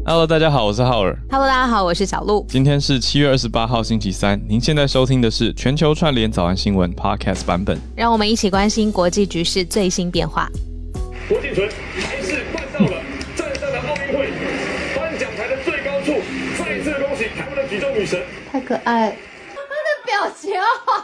Hello， 大家好，我是浩尔。 Hello， 大家好，我是小鹿。 今天是7月28号星期三，您现在收听的是全球串联早安新闻 Podcast 版本。 让我们一起关心国际局势最新变化。 郭婞淳还是办到了，站上了奥运会颁奖台的最高处，再一次恭喜台湾的举重女神， 太可爱，他的表情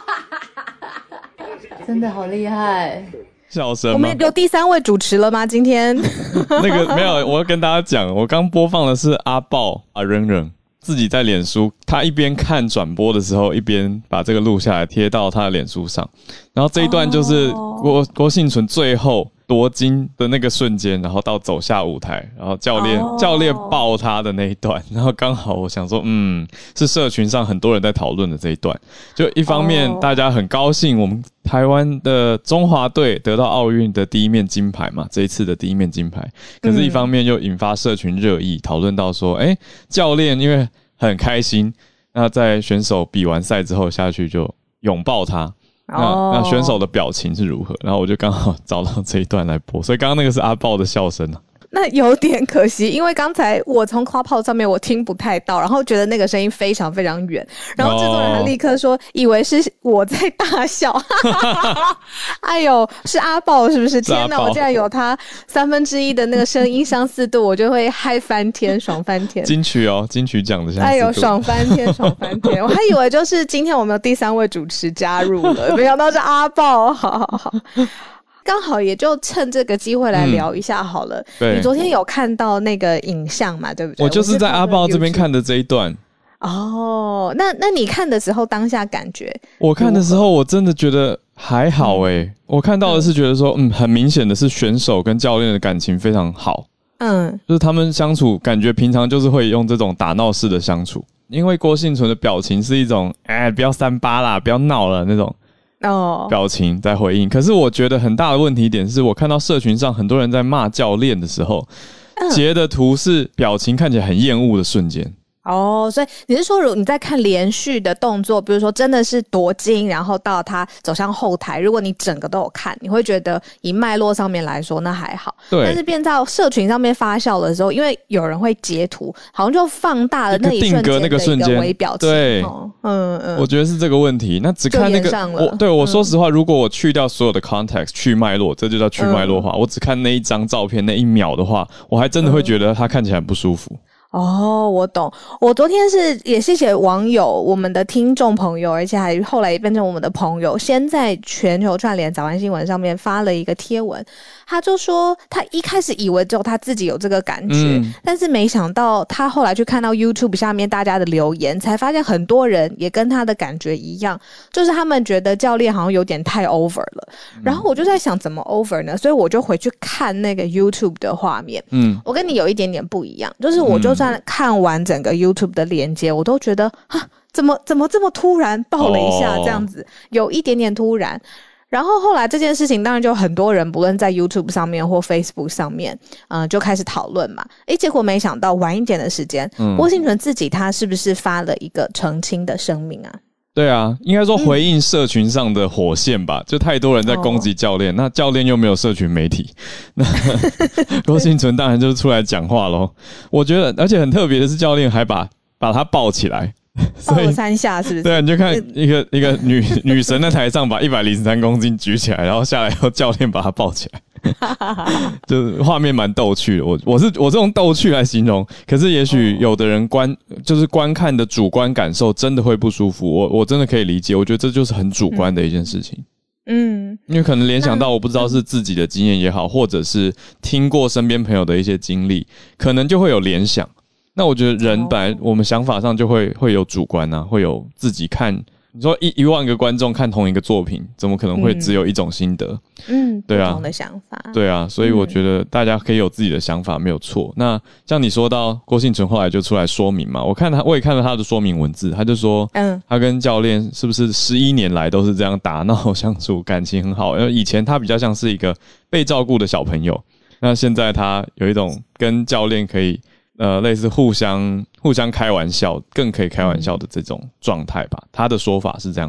真的好厉害。 笑声吗？ 我们有第三位主持了吗？今天那个没有，我要跟大家讲，我刚播放的是阿豹阿扔扔自己在脸书，他一边看转播的时候，一边把这个录下来贴到他的脸书上。然后这一段就是郭婞淳最后夺金的那个瞬间，然后到走下舞台，然后教练抱他的那一段，然后刚好我想说，是社群上很多人在讨论的这一段。就一方面大家很高兴，我们台湾的中华队得到奥运的第一面金牌嘛，这一次的第一面金牌。可是一方面又引发社群热议，讨论到说，教练因为很开心，那在选手比完赛之后下去就拥抱他。那选手的表情是如何？然后我就刚好找到这一段来播，所以刚刚那个是阿豹的笑声啊。 那有点可惜，因为刚才我从 Clubhouse 上面我听不太到，然后觉得那个声音非常非常远，然后制作人还立刻说以为是我在大笑，哎呦，是阿豹是不是？天哪，我竟然有他1/3的那个声音相似度，我就会嗨翻天，爽翻天。 金曲奖的相似度， 哎呦，爽翻天，爽翻天！我还以为就是今天我们有第三位主持加入了，没想到是阿豹，好。刚好也就趁这个机会来聊一下好了。你昨天有看到那个影像嘛？对不对？ 我就是在阿豹这边看的这一段。 哦，那你看的时候当下感觉？ 我看的时候我真的觉得还好我看到的是觉得说，很明显的是选手跟教练的感情非常好。就是他们相处感觉平常就是会用这种打闹式的相处，因为郭婞淳的表情是一种不要38啦，不要闹了那种表情在回应。可是我觉得很大的问题点是我看到社群上很多人在骂教练的时候，截的图是表情看起来很厌恶的瞬间。 所以你是说如果你在看连续的动作，比如说真的是夺金然后到他走向后台，如果你整个都有看，你会觉得以脉络上面来说那还好。对，但是变到社群上面发酵的时候，因为有人会截图，好像就放大了那一瞬间的一个微表情。 对，我觉得是这个问题。那只看那个我说实话，如果我去掉所有的 context 去脉络，这就叫去脉络化。我只看那一张照片那一秒的话，我还真的会觉得他看起来很不舒服。 我懂。我昨天也谢谢网友，我们的听众朋友，而且还后来也变成我们的朋友，先在全球串联早安新闻上面发了一个贴文，他就说他一开始以为只有他自己有这个感觉，但是没想到他后来去看到 YouTube 下面大家的留言，才发现很多人也跟他的感觉一样，就是他们觉得教练好像有点太 over 了。然后我就在想怎么 over 呢？所以我就回去看那个 YouTube 的画面。我跟你有一点点不一样，就是我就算看完整个 YouTube 的连接，我都觉得怎么这么突然爆了一下，这样子有一点点突然。然后后来这件事情当然就很多人不论在 YouTube 上面或 Facebook 上面就开始讨论嘛。结果没想到晚一点的时间，郭婞淳自己他是不是发了一个澄清的声明啊？ 对啊，应该说回应社群上的火线吧，就太多人在攻击教练，那教练又没有社群媒体，那郭婞淳当然就是出来讲话咯。我觉得而且很特别的是教练还把他抱起来， 抱了3下是不是？ 对啊，你就看一个女神在台上把103公斤举起来，然后下来后教练把她抱起来。就是画面蛮逗趣的，我这种逗趣来形容，可是也许有的人就是观看的主观感受真的会不舒服，我真的可以理解，我觉得这就是很主观的一件事情。因为可能联想到我不知道是自己的经验也好，或者是听过身边朋友的一些经历，可能就会有联想。那我觉得人本来我们想法上就会有主观啊，会有自己看。你说1万个观众看同一个作品，怎么可能会只有一种心得？对啊， 不同的想法。 对啊，所以我觉得大家可以有自己的想法，没有错。那像你说到郭婞淳后来就出来说明嘛，我也看了他的说明文字，他就说，他跟教练是不是11年来都是这样打闹相处，感情很好。因为以前他比较像是一个被照顾的小朋友，那现在他有一种跟教练可以类似互相开玩笑，更可以开玩笑的这种状态吧。他的说法是这样子。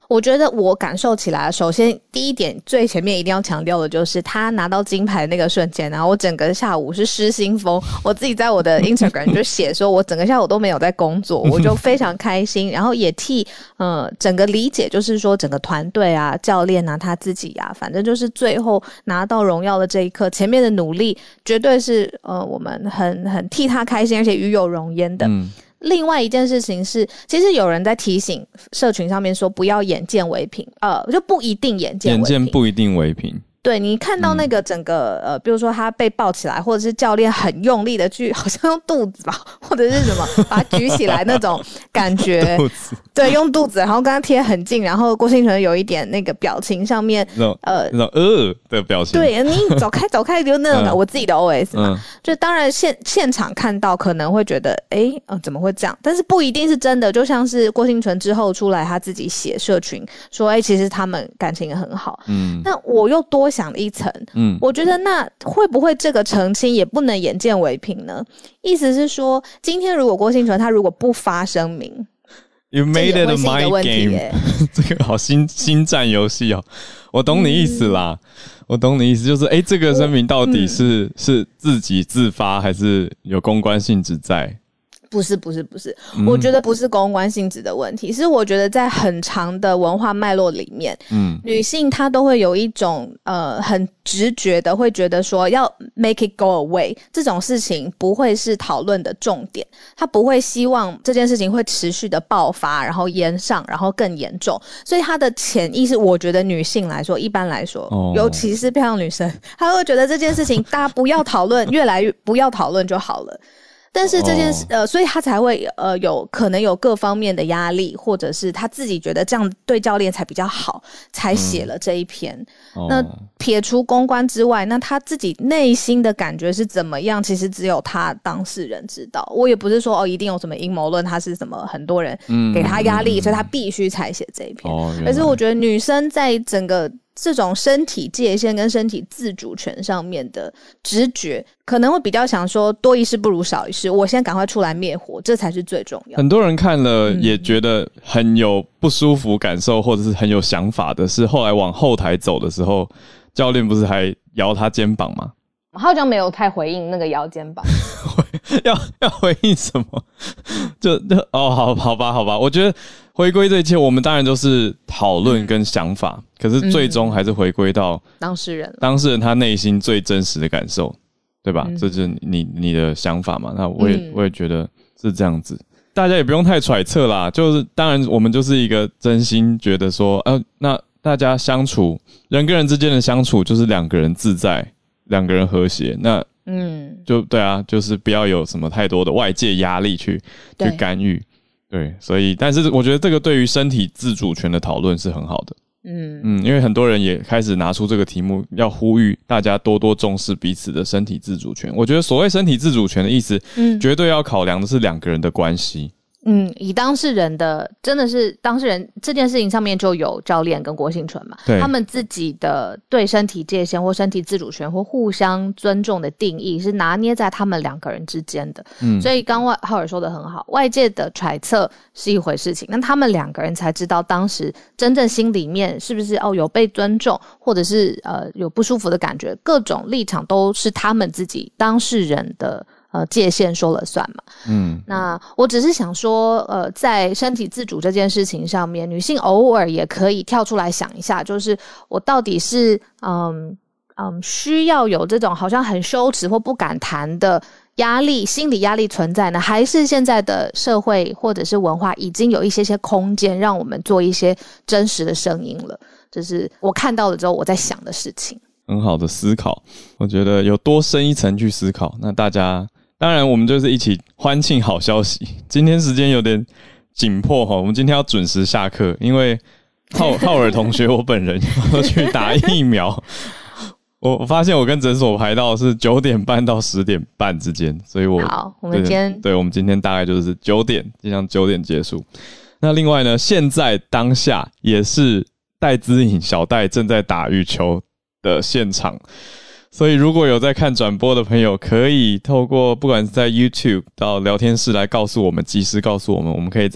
我觉得我感受起来，首先第一点最前面一定要强调的就是他拿到金牌的那个瞬间，然后我整个下午是失心疯，我自己在我的 Instagram 就写说我整个下午都没有在工作，我就非常开心，然后也替整个理解，就是说整个团队啊、教练啊、他自己啊，反正就是最后拿到荣耀的这一刻，前面的努力绝对是我们很替他开心，而且与有荣焉的。另外一件事情是，其实有人在提醒社群上面说不要眼见为凭，就不一定眼见为凭， 眼见不一定为凭。 对，你看到那个整个比如说他被抱起来，或者是教练很用力的去，好像用肚子吧，或者是什么把他举起来那种感觉，对，用肚子，然后跟他贴很近，然后郭婞淳有一点那个表情上面那种的表情， 对，你走开走开，就那种我自己的 OS 嘛，就当然现场看到可能会觉得怎么会这样，但是不一定是真的，就像是郭婞淳之后出来他自己写社群说其实他们感情很好，那我又多想了一层，我觉得那会不会这个澄清也不能眼见为凭呢？意思是说，今天如果郭婞淳他如果不发声明 ，You made it a mind game， 这个好新战游戏哦，我懂你意思啦，我懂你意思，就是这个声明到底是自己自发还是有公关性质在？ 不是，我觉得不是公关性质的问题，是我觉得在很长的文化脉络里面，女性她都会有一种很直觉的会觉得说要 make it go away 这种事情不会是讨论的重点，她不会希望这件事情会持续的爆发，然后延上，然后更严重，所以她的潜意识，我觉得女性来说，一般来说，尤其是漂亮女生，她会觉得这件事情大家不要讨论，越来越不要讨论就好了。但是这件事，所以他才会有可能有各方面的压力，或者是他自己觉得这样对教练才比较好，才写了这一篇。那撇除公关之外，那他自己内心的感觉是怎么样？其实只有他当事人知道。我也不是说一定有什么阴谋论，他是什么很多人给他压力，所以他必须才写这一篇。可是我觉得女生在整个这种身体界限跟身体自主权上面的直觉，可能会比较想说多一事不如少一事，我先赶快出来灭火，这才是最重要的。 很多人看了也觉得很有不舒服感受，或者是很有想法的是，后来往后台走的时候，教练不是还摇他肩膀吗？ 好像没有太回应那个摇肩膀要回应什么？好吧，我觉得回归这一切，我们当然都是讨论跟想法，可是最终还是回归到当事人他内心最真实的感受，对吧？这就是你的想法嘛。那我也觉得是这样子，大家也不用太揣测啦。就是当然我们就是一个真心觉得说，那大家相处，人跟人之间的相处就是两个人自在，两个人和谐，那就对啊，就是不要有什么太多的外界压力去干预。对，所以但是我觉得这个对于身体自主权的讨论是很好的。因为很多人也开始拿出这个题目，要呼吁大家多多重视彼此的身体自主权。我觉得所谓身体自主权的意思，绝对要考量的是两个人的关系。 以当事人的，真的是当事人这件事情上面就有教练跟郭婞淳嘛，他们自己的对身体界限或身体自主权或互相尊重的定义是拿捏在他们两个人之间的。所以刚浩尔说的很好，外界的揣测是一回事情，那他们两个人才知道当时真正心里面是不是有被尊重，或者是有不舒服的感觉，各种立场都是他们自己当事人的界限说了算嘛。那我只是想说在身体自主这件事情上面，女性偶尔也可以跳出来想一下，就是我到底是需要有这种好像很羞耻或不敢谈的压力，心理压力存在呢，还是现在的社会或者是文化已经有一些空间让我们做一些真实的声音了？这是我看到了之后我在想的事情。 很好的思考，我觉得有多深一层去思考。那大家当然我们就是一起欢庆好消息。今天时间有点紧迫齁，我们今天要准时下课，因为浩尔同学我本人要去打疫苗。我发现我跟诊所排到是9点半到10点半之间，所以我们今天大概就是9点，就像9点结束。那另外呢，现在当下也是戴资颖小戴正在打羽球的现场，所以如果有在看转播的朋友，可以透过不管是在 YouTube 到聊天室来告诉我们，及时告诉我们，我们可以再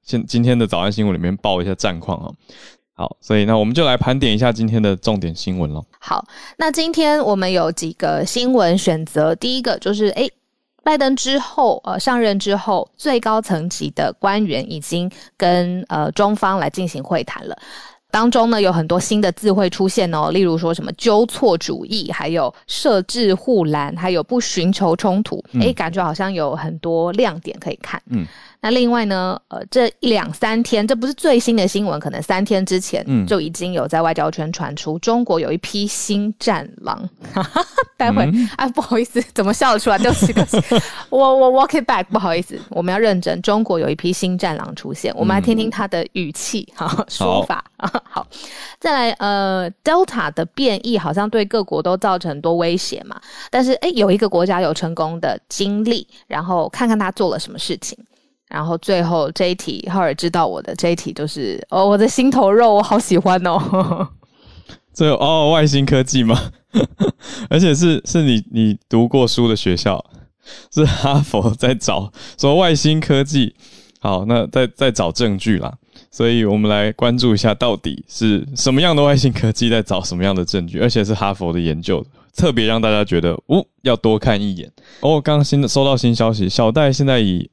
今天的早安新闻里面报一下战况哦。好，所以那我们就来盘点一下今天的重点新闻咯。 好，那今天我们有几个新闻选择，第一个就是拜登之后上任之后，最高层级的官员已经跟中方来进行会谈了。当中呢有很多新的字汇出现哦，例如说什么纠错主义，还有设置护栏，还有不寻求冲突，感觉好像有很多亮点可以看。那另外呢这2-3天，这不是最新的新闻，可能3天之前就已经有在外交圈传出中国有一批新战狼待会不好意思，怎么笑得出来，对不起我 walk it back， 不好意思，我们要认真，中国有一批新战狼出现，我们来听听他的语气说法。好，再来Delta 的变异好像对各国都造成很多威胁嘛，但是有一个国家有成功的经历，然后看看他做了什么事情。然后最后这一题，浩尔知道我的这一题就是我的心头肉，我好喜欢哦。 这外星科技吗？而且是你读过书的学校，是哈佛在找说外星科技。好，那在找证据啦，所以我们来关注一下到底是什么样的外星科技在找什么样的证据，而且是哈佛的研究，特别让大家觉得要多看一眼。刚刚收到新消息，小戴现在以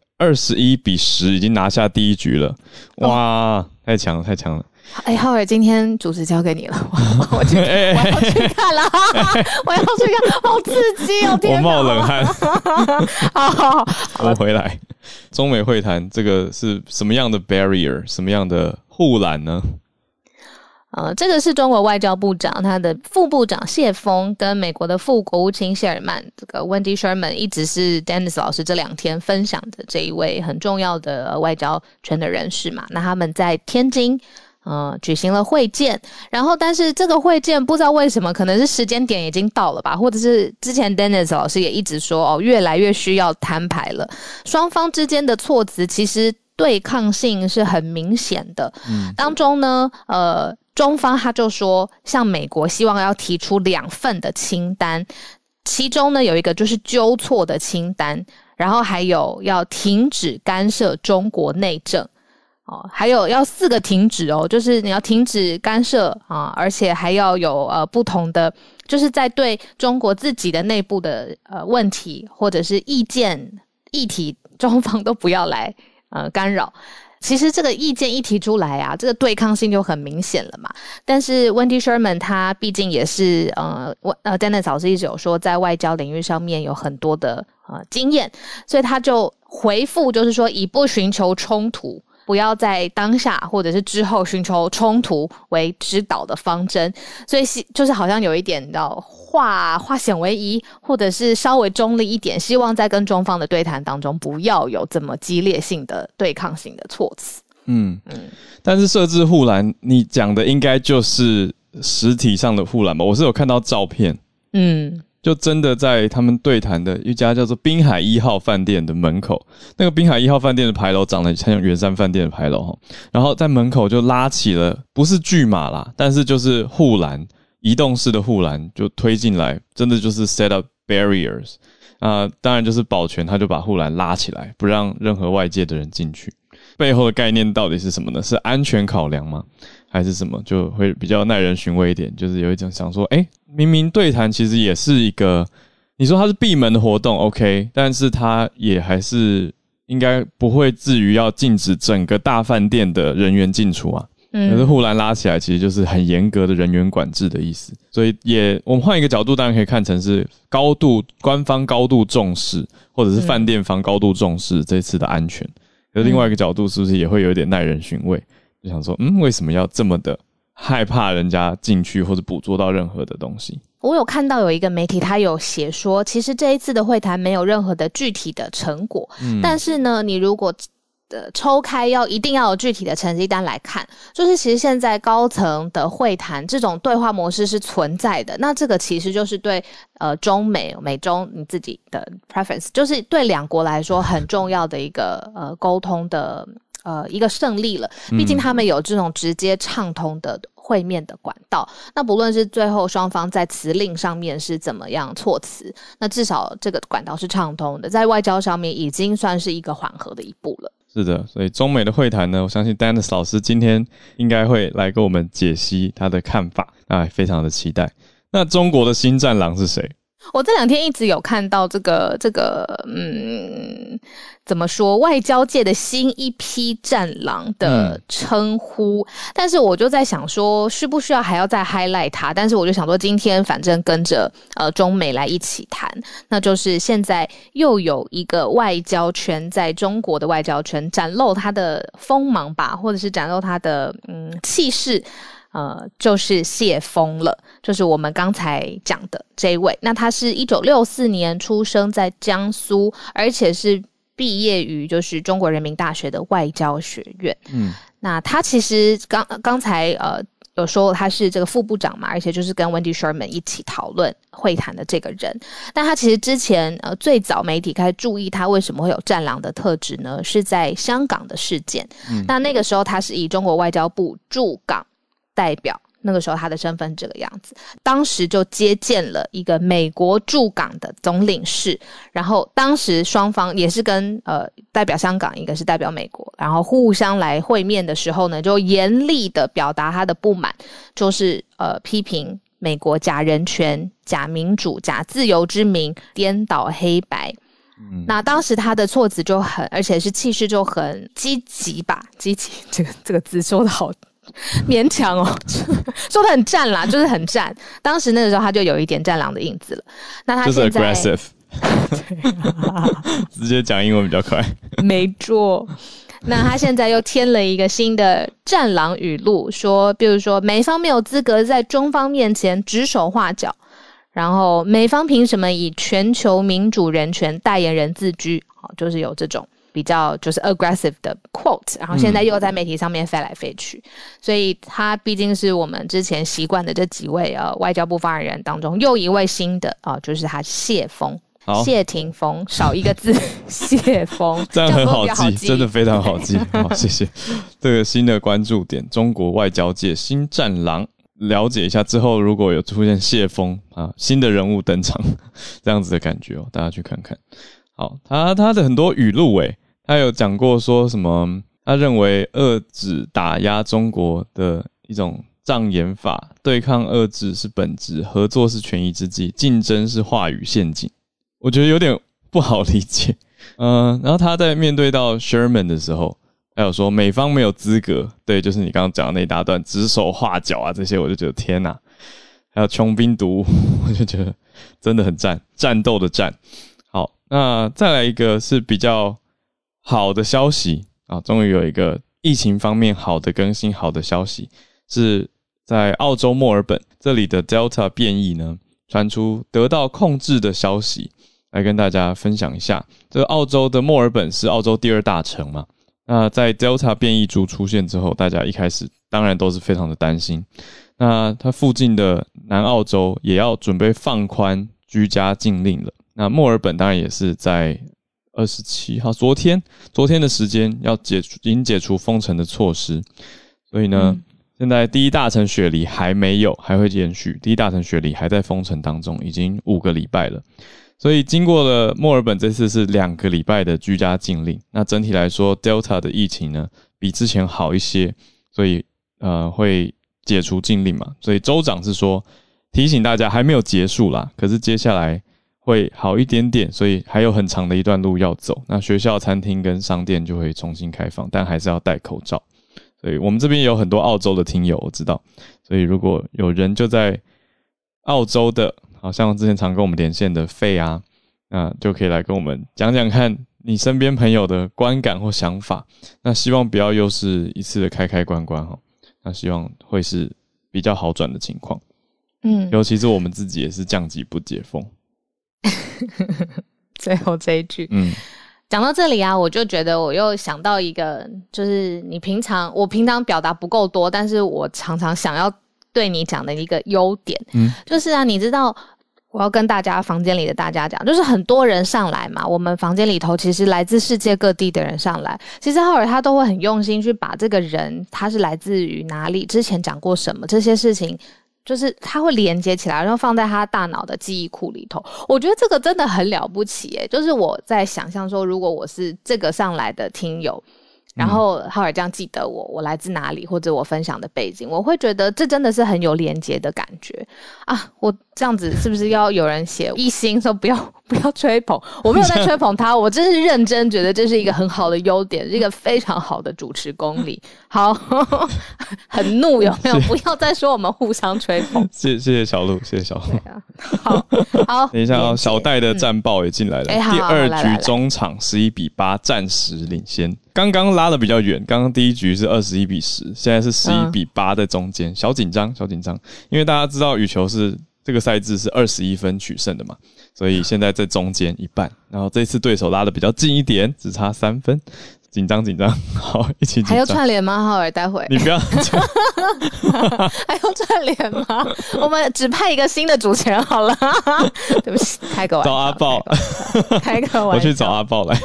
21-10已经拿下第一局了，哇，太强了太强了。 浩尔，今天主持交给你了，我要去看了，我要去看，好刺激哦！天哪， 我冒冷汗。 好， 我回来。中美会谈这个是什么样的 barrier， 什么样的护栏呢？ 这个是中国外交部长他的副部长谢峰跟美国的副国务卿谢尔曼，这个 Wendy Sherman 一直是 Dennis 老师这2天分享的这一位很重要的外交圈的人士嘛。那他们在天津举行了会见，然后但是这个会见不知道为什么，可能是时间点已经到了吧，或者是之前 Dennis 老师也一直说越来越需要摊牌了。双方之间的措辞其实对抗性是很明显的。当中呢中方他就说，像美国希望要提出2份的清单，其中呢有一个就是纠错的清单，然后还有要停止干涉中国内政，还有要4个停止就是你要停止干涉而且还要有不同的，就是在对中国自己的内部的问题或者是意见议题，中方都不要来干扰。其实这个意见一提出来这个对抗性就很明显了嘛。但是 Wendy Sherman 他毕竟也是Dennis 老师一直有说在外交领域上面有很多的经验，所以他就回复就是说以不寻求冲突，不要在当下或者是之后寻求冲突为指导的方针，所以就是好像有一点化险为夷，或者是稍微中立一点，希望在跟中方的对谈当中不要有这么激烈性的对抗性的措辞。 但是设置护栏，你讲的应该就是实体上的护栏吧？我是有看到照片，就真的在他们对谈的一家叫做滨海1号饭店的门口，那个滨海1号饭店的牌楼长得像圆山饭店的牌楼，然后在门口就拉起了，不是巨马啦，但是就是护栏，移动式的护栏就推进来，真的就是 set up barriers。当然就是保全，他就把护栏拉起来，不让任何外界的人进去。背后的概念到底是什么呢？是安全考量吗？还是什么？就会比较耐人寻味一点，就是有一种想说，明明对谈其实也是一个，你说它是闭门的活动 OK， 但是它也还是应该不会至于要禁止整个大饭店的人员进出啊。可是护栏拉起来其实就是很严格的人员管制的意思，所以我们换一个角度当然可以看成是官方高度重视，或者是饭店方高度重视这次的安全。可是另外一个角度是不是也会有点耐人寻味，就想说为什么要这么的害怕人家进去或者捕捉到任何的东西。 我有看到有一个媒体他有写说，其实这一次的会谈没有任何的具体的成果，但是呢你如果抽开一定要有具体的成绩单来看，就是其实现在高层的会谈这种对话模式是存在的，那这个其实就是对中美中你自己的 preference， 就是对2国来说很重要的一个沟通的一个胜利了，毕竟他们有这种直接畅通的会面的管道，那不论是最后双方在辞令上面是怎么样措辞，那至少这个管道是畅通的，在外交上面已经算是一个缓和的一步了。 是的，所以中美的会谈呢，我相信 Dennis 老师今天应该会来跟我们解析他的看法，非常的期待。那中国的新战狼是谁？ 我这2天一直有看到这个怎么说，外交界的新一批战狼的称呼，但是我就在想说，需不需要还要再 highlight 它？但是我就想说，今天反正跟着中美来一起谈，那就是现在又有一个外交圈在中国的外交圈展露它的锋芒吧，或者是展露它的气势。就是谢峰了，就是我们刚才讲的这一位。那他是1964年出生在江苏，而且是毕业于就是中国人民大学的外交学院。那他其实刚才有说他是这个副部长嘛，而且就是跟 Wendy Sherman 一起讨论会谈的这个人。但他其实之前最早媒体开始注意他为什么会有战狼的特质呢，是在香港的事件。那个时候他是以中国外交部驻港代表，那个时候他的身份这个样子，当时就接见了一个美国驻港的总领事，然后当时双方也是跟代表香港，一个是代表美国，然后互相来会面的时候呢，就严厉的表达他的不满，就是批评美国假人权、假民主、假自由之名，颠倒黑白。那当时他的措辞就很，而且是气势就很积极吧，积极这个字说得好勉强哦，说得很战啦，就是很战。当时那个时候他就有一点战狼的影子了。那他现在就是 aggressive， 直接讲英文比较快。 没错。那他现在又添了一个新的战狼语录，说，比如说美方没有资格在中方面前指手画脚，然后美方凭什么以全球民主人权代言人自居，就是有这种比较就是 aggressive 的 quote， 然后现在又在媒体上面飞来飞去，所以他毕竟是我们之前习惯的这几位外交部发言人当中又一位新的就是他谢峰，谢霆锋，少一个字谢峰， 这样很好记，真的非常好记。好，谢谢。这个新的关注点，中国外交界新战狼，了解一下之后，如果有出现谢峰新的人物登场，这样子的感觉大家去看看。好，他的很多语录他有讲过说什么，他认为遏制打压中国的一种障眼法，对抗遏制是本质，合作是权宜之计，竞争是话语陷阱。我觉得有点不好理解。然后他在面对到 Sherman 的时候，他有说美方没有资格，对，就是你刚刚讲的那一大段指手画脚这些，我就觉得天哪。还有穷兵黩武，我就觉得真的很战斗的战。好，那再来一个是比较好的消息终于有一个疫情方面好的更新，好的消息是在澳洲墨尔本这里的 Delta 变异呢传出得到控制的消息，来跟大家分享一下。这个澳洲的墨尔本是澳洲第2大城嘛，那在 Delta 变异株出现之后，大家一开始当然都是非常的担心。那它附近的南澳洲也要准备放宽居家禁令了。那墨尔本当然也是在27号，昨天的时间要已经解除封城的措施。所以呢，现在第1大城雪梨还没有，还会延续。第1大城雪梨还在封城当中，已经5个礼拜了。所以经过了墨尔本这次是2个礼拜的居家禁令。那整体来说 Delta 的疫情呢比之前好一些，所以会解除禁令嘛。所以州长是说提醒大家还没有结束啦，可是接下来会好一点点，所以还有很长的一段路要走。那学校、餐厅跟商店就会重新开放，但还是要戴口罩。所以我们这边有很多澳洲的听友，我知道。所以如果有人就在澳洲的，好像之前常跟我们连线的费那就可以来跟我们讲讲看你身边朋友的观感或想法。那希望不要又是一次的开关那希望会是比较好转的情况。尤其是我们自己也是降级不解封。 最后这一句讲到这里我就觉得我又想到一个，就是我平常表达不够多，但是我常常想要对你讲的一个优点，就是你知道我要跟房间里的大家讲，就是很多人上来嘛，我们房间里头其实来自世界各地的人上来，其实浩尔他都会很用心去把这个人他是来自于哪里，之前讲过什么，这些事情就是他会连接起来，然后放在他大脑的记忆库里头。我觉得这个真的很了不起就是我在想象说，如果我是这个上来的听友， 然后浩尔这样记得我来自哪里，或者我分享的背景，我会觉得这真的是很有连结的感觉啊！我这样子是不是要有人写一星说不要吹捧？我没有在吹捧他，我真是认真觉得这是一个很好的优点，是一个非常好的主持功力。好，很怒有没有？不要再说我们互相吹捧。谢谢小鹿，谢谢小鹿。 对啊，好， 等一下哦，小戴的战报也进来了。第2局中场11-8暂时领先，刚刚拉的比较远，刚刚第一局是21-10，现在是11-8在中间，小紧张，因为大家知道羽球是这个赛制是21分取胜的嘛，所以现在在中间一半，然后这次对手拉的比较近一点，只差3分。紧张，好，一起紧张。 还要串联吗？浩尔，待会你不要讲。 还要串联吗？我们只派一个新的主持人好了。对不起，开个玩笑。 找阿豹， 开个玩笑。 我去找阿豹来。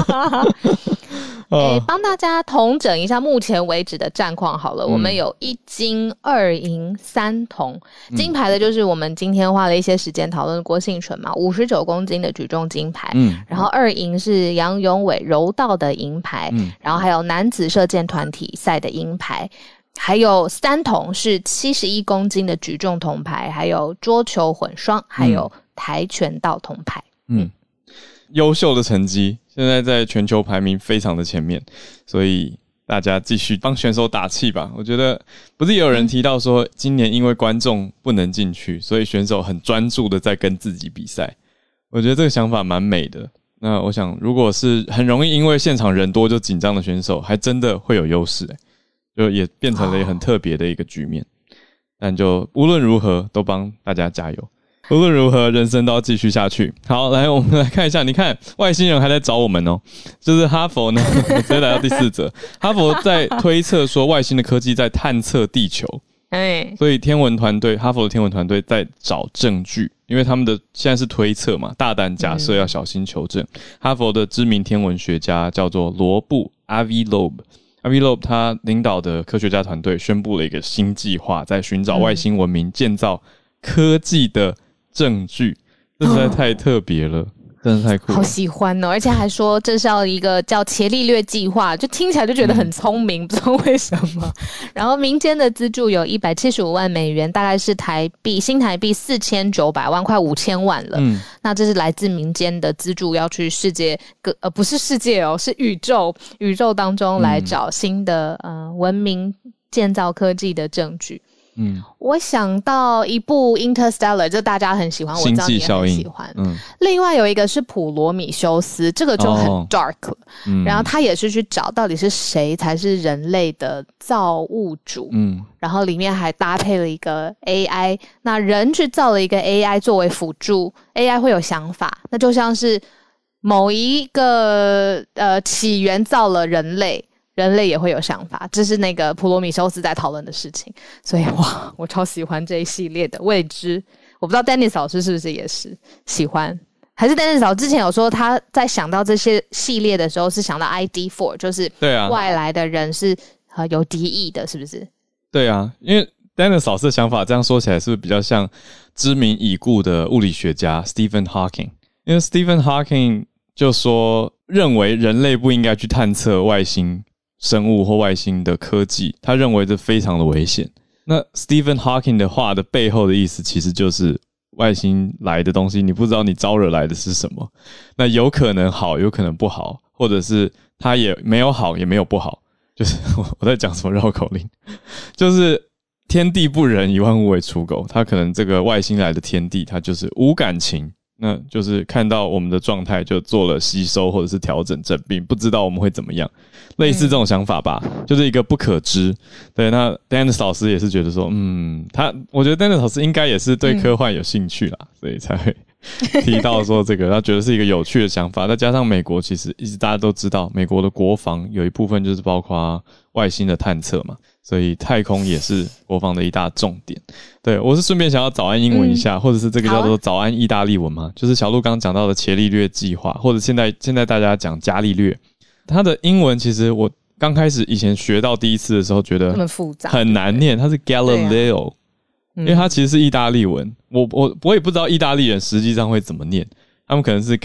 帮大家统整一下目前为止的战况好了。我们有1金2银3铜，金牌的就是我们今天花了一些时间讨论的郭婞淳嘛，59公斤的举重金牌。然后2银是杨永伟柔道的银牌，然后还有男子射箭团体赛的银牌。还有3铜是71公斤的举重铜牌，还有桌球混双，还有跆拳道铜牌。 优秀的成绩，现在在全球排名非常的前面，所以大家继续帮选手打气吧。我觉得不是也有人提到说，今年因为观众不能进去，所以选手很专注的在跟自己比赛。我觉得这个想法蛮美的。那我想，如果是很容易因为现场人多就紧张的选手，还真的会有优势，就也变成了一个很特别的一个局面。但就无论如何，都帮大家加油。无论如何，人生都要继续下去。好，来我们来看一下，你看外星人还在找我们哦，就是哈佛呢，直接来到第4则，哈佛在推测说外星的科技在探测地球，所以哈佛的天文团队在找证据，因为他们的现在是推测嘛，大胆假设要小心求证。哈佛的知名天文学家叫做罗布 Avi Loeb 他领导的科学家团队宣布了一个新计划，在寻找外星文明建造科技的证据，这实在太特别了，真的太酷了， 好喜欢哦！而且还说这是要一个叫伽利略计划，就听起来就觉得很聪明，不知道为什么。然后民间的资助有175万美元，大概是新台币4900万，快5000万了。那这是来自民间的资助，要去不是世界哦，是宇宙当中来找新的文明建造科技的证据。我想到一部 Interstellar， 这大家很喜欢，我知道你也很喜欢。另外有一个是普罗米修斯，这个就很 dark 了。然后他也是去找到底是谁才是人类的造物主。然后里面还搭配了一个 AI， 那人去造了一个 AI 作为辅助 ，AI 会有想法，那就像是某一个起源造了人类也会有想法，这是那个普罗米修斯在讨论的事情。所以哇，我超喜欢这一系列的未知。我不知道 Dennis 老师是不是也是喜欢，还是 Dennis 老师之前有说他在想到这些系列的时候是想到 ID4， 就是外来的人是有敌意的，是不是？ 对啊，因为 Dennis 老师的想法这样说起来是不是比较像知名已故的物理学家 Stephen Hawking？ 因为 Stephen Hawking 就说认为人类不应该去探测外星生物或外星的科技，他认为这非常的危险。那 Stephen Hawking 的话的背后的意思其实就是外星来的东西你不知道你招惹来的是什么，那有可能好有可能不好，或者是它也没有好也没有不好，就是我在讲什么绕口令，就是天地不仁以万物为刍狗，它可能这个外星来的天地它就是无感情，那就是看到我们的状态就做了吸收或者是调整诊病，不知道我们会怎么样，类似这种想法吧，就是一个不可知。对，那 Dennis 老师也是觉得说我觉得 Dennis 老师应该也是对科幻有兴趣啦，所以才会提到说这个他觉得是一个有趣的想法。再加上美国其实一直大家都知道美国的国防有一部分就是包括外星的探测嘛，所以太空也是国防的一大重点。对，我是顺便想要早安英文一下，或者是这个叫做早安意大利文嘛，就是小鹿刚刚讲到的伽利略计划，或者现在大家讲伽利略，它的英文其实我刚开始以前学到第一次的时候觉得很复杂很难念，它是 Galileo，因为它其实是意大利文，我也不知道意大利人实际上会怎么念，他们可能是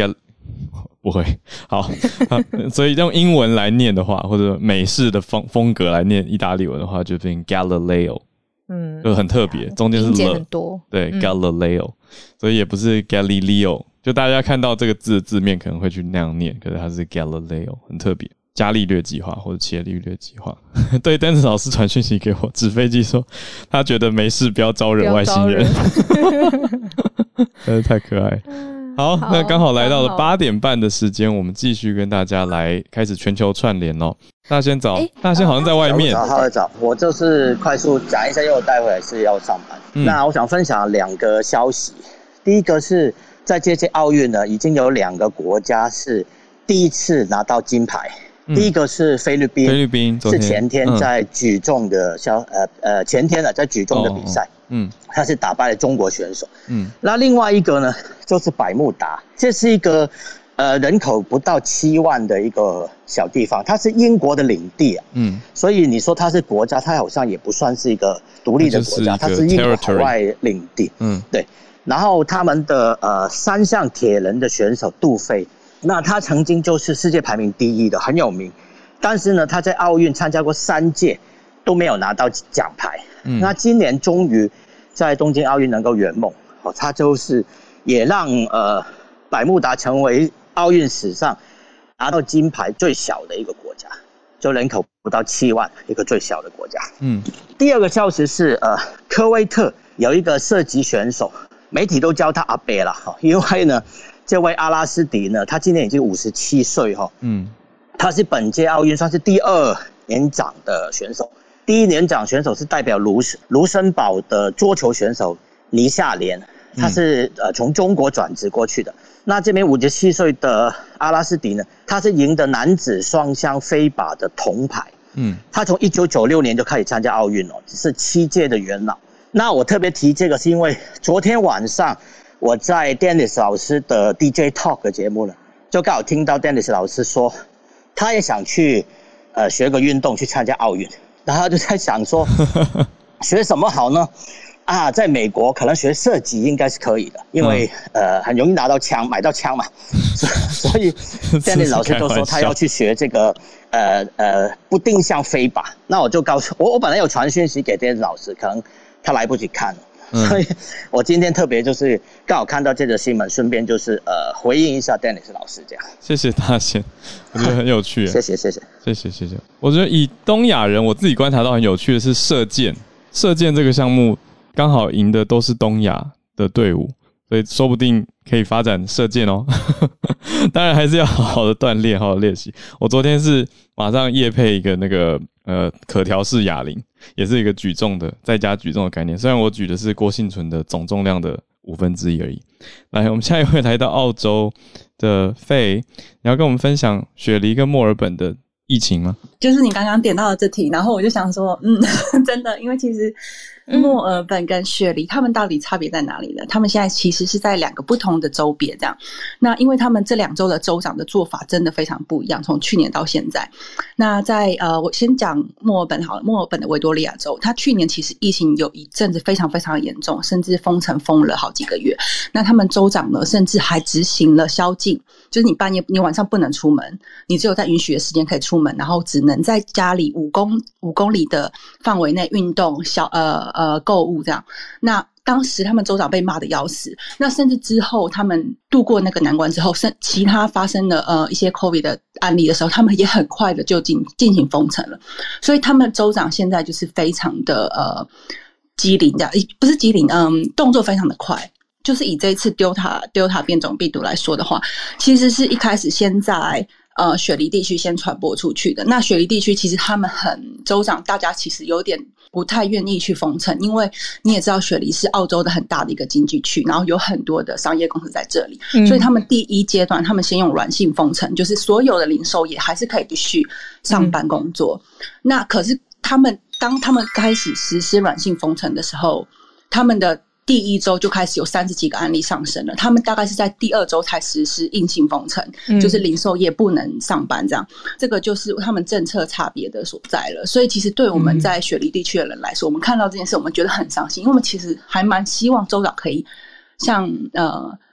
不会。好，所以用英文来念的话，或者美式的风格来念意大利文的话，就变 Galileo。就很特别，中间是音节很多。 对，Galileo，所以也不是 Galileo。就大家看到这个字的字面可能会去那样念，可是它是 Galileo， 很特别。伽利略计划或者伽利略计划。对，Dennis 老师传讯息给我，纸飞机说他觉得没事，不要招惹外星人。真是太可爱。好，那刚好来到了8点半的时间，我们继续跟大家来开始全球串联哦。大仙早，大仙好像在外面。 早，我就是快速讲一下，因为我待会还是要上班。那我想分享2个消息。第一个是在这届奥运呢，已经有2个国家是第一次拿到金牌。第一个是菲律宾是前天在举重的前天在举重的比赛，他是打败了中国选手。那另外一个呢，就是百慕达，这是一个人口不到7万的一个小地方，它是英国的领地啊。所以你说它是国家，它好像也不算是一个独立的国家，它是英国海外领地。对。然后他们的3项铁人的选手杜飞。那他曾经就是世界排名第1的，很有名。但是呢，他在奥运参加过3届，都没有拿到奖牌。那今年终于在东京奥运能够圆梦，他就是也让百慕达成为奥运史上拿到金牌最小的一个国家，就人口不到7万，一个最小的国家。第二个消息是科威特有一个射击选手，媒体都叫他阿伯了，因为呢。这位阿拉斯迪呢，他今年已经57岁哈，他是本届奥运算是第2年长的选手，第1年长选手是代表卢森堡的桌球选手黎夏莲，他是从中国转职过去的。那这边57岁的阿拉斯迪呢，他是赢得男子双枪飞靶的铜牌，他从1996年就开始参加奥运了，是7届的元老。那我特别提这个是因为昨天晚上。我在 Dennis 老师的 DJ Talk 的节目呢，就刚好听到 Dennis 老师说，他也想去学个运动去参加奥运，然后就在想说，学什么好呢？在美国可能学射击应该是可以的，因为很容易拿到枪，买到枪嘛，所以 Dennis 老师就说他要去学这个不定向飞靶。那我就告诉我本来有传讯息给 Dennis 老师，可能他来不及看了。所以我今天特别就是刚好看到这则新闻，顺便就是回应一下 Dennis 老师这样。 谢谢大仙，我觉得很有趣。 谢谢。 我觉得以东亚人，我自己观察到很有趣的是射箭这个项目刚好赢的都是东亚的队伍，所以说不定可以发展射箭哦。当然还是要好好的锻炼，好好练习。我昨天是马上业配一个那个可调式哑铃，也是一个举重的在家举重的概念。虽然我举的是郭婞淳的总重量的1/5而已。来，我们下一位来到澳洲的费，你要跟我们分享雪梨跟墨尔本的疫情吗？ 就是你刚刚点到的这题，然后我就想说，真的，因为其实墨尔本跟雪梨他们到底差别在哪里呢？他们现在其实是在2个不同的州别这样。那因为他们这2州的州长的做法真的非常不一样，从去年到现在。那在我先讲墨尔本好了，墨尔本的维多利亚州，它去年其实疫情有一阵子非常非常的严重，甚至封城封了好几个月。那他们州长呢，甚至还执行了宵禁，就是你半夜你晚上不能出门，你只有在允许的时间可以出门，然后只能在家里5公里的范围内运动购物这样。那当时他们州长被骂得要死，那甚至之后他们度过那个难关之后，其他发生的一些 COVID 的案例的时候，他们也很快的就进行封城了。所以他们州长现在就是非常的机灵这样，不是机灵，动作非常的快。就是以这一次 Delta 变种病毒来说的话，其实是一开始先在雪梨地区先传播出去的。那雪梨地区其实他们州长大家其实有点不太愿意去封城，因为你也知道雪梨是澳洲的很大的一个经济区，然后有很多的商业公司在这里，所以他们第一阶段他们先用软性封城，就是所有的零售业还是可以继续上班工作。那可是当他们开始实施软性封城的时候，他们的第1周就开始有30几个案例上升了，他们大概是在第2周才实施硬性封城，就是零售业不能上班这样。这个就是他们政策差别的所在了。所以其实对我们在雪梨地区的人来说，我们看到这件事我们觉得很伤心，因为我们其实还蛮希望州长可以像